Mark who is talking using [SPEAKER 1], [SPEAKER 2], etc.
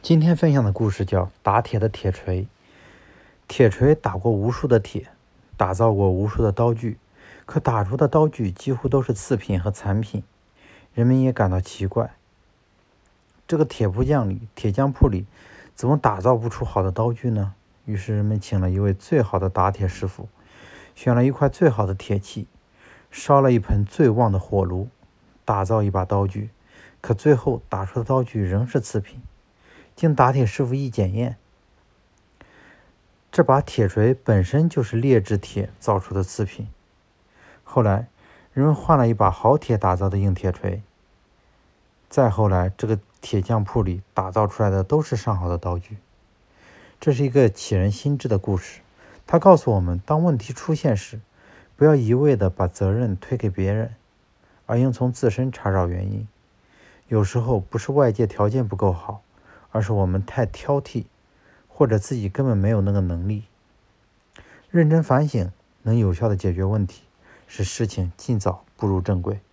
[SPEAKER 1] 今天分享的故事叫打铁的铁锤。铁锤打过无数的铁，打造过无数的刀具，可打出的刀具几乎都是次品和残品。人们也感到奇怪，这个铁匠铺里怎么打造不出好的刀具呢？于是人们请了一位最好的打铁师傅，选了一块最好的铁器，烧了一盆最旺的火炉，打造一把刀具。可最后打出的刀具仍是次品。经打铁师傅一检验，这把铁锤本身就是劣质铁造出的次品。后来人们换了一把好铁打造的硬铁锤。再后来，这个铁匠铺里打造出来的都是上好的刀具。这是一个启人心智的故事，它告诉我们，当问题出现时，不要一味地把责任推给别人，而应从自身查找原因。有时候不是外界条件不够好，而是我们太挑剔，或者自己根本没有那个能力。认真反省能有效地解决问题，使事情尽早步入正轨。